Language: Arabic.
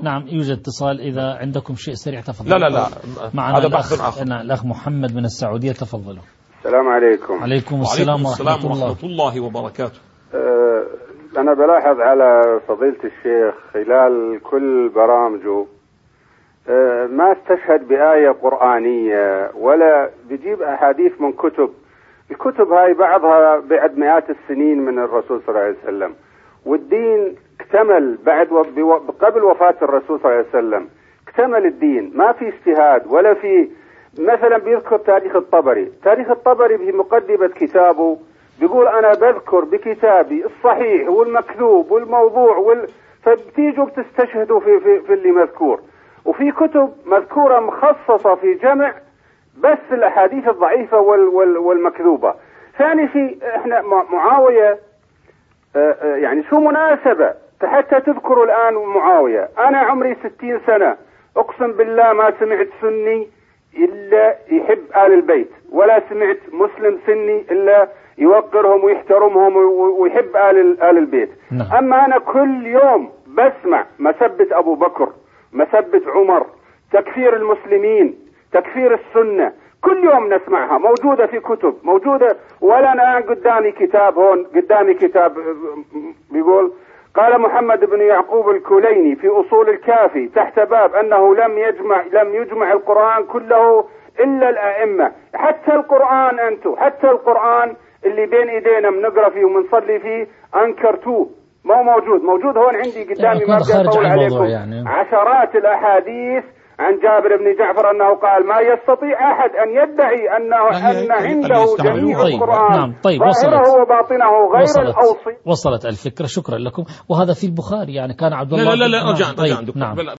نعم يوجد اتصال، إذا عندكم شيء سريع تفضل. لا معنا الأخ محمد من السعودية، تفضلوا. السلام عليكم. عليكم السلام ورحمة الله وبركاته. أنا بلاحظ على فضيلة الشيخ خلال كل برامجه ما استشهد بآية قرآنية ولا بيجيب أحاديث من كتب. الكتب هاي بعضها بعد مئات السنين من الرسول صلى الله عليه وسلم، والدين اكتمل قبل وفاة الرسول صلى الله عليه وسلم، اكتمل الدين، ما في اجتهاد ولا في. مثلا بيذكر تاريخ الطبري في مقدمة كتابه بيقول أنا بذكر بكتابي الصحيح والمكذوب والموضوع فبتيجوا بتستشهدوا في اللي مذكور، وفي كتب مذكورة مخصصة في جمع بس الأحاديث الضعيفة والمكذوبة. ثاني شيء احنا معاوية، يعني شو مناسبة حتى تذكروا الآن معاوية؟ أنا عمري 60 سنة أقسم بالله ما سمعت سني إلا يحب آل البيت، ولا سمعت مسلم سني إلا يوقرهم ويحترمهم ويحب آل البيت. أما أنا كل يوم بسمع مسبة أبو بكر، مسبة عمر، تكفير المسلمين، تكفير السنة، كل يوم نسمعها، موجودة في كتب موجودة. ولا أنا قدامي كتاب هون، قدامي كتاب بيقول قال محمد بن يعقوب الكليني في أصول الكافي تحت باب أنه لم يجمع القرآن كله إلا الأئمة. حتى القرآن حتى القرآن اللي بين إيدينا بنقرأ فيه ومنصلي فيه أنكرتوه، ما موجود هون عندي قدامي، ما بدي أطول عليكم يعني. عشرات الأحاديث عن جابر بن جعفر أنه قال ما يستطيع أحد أن يدعي أن عنده جميع القرآن ظاهره وباطنه غير الأوصي. وصلت الفكرة، شكرا لكم. وهذا في البخاري يعني كان عبد الله لا رجعنا.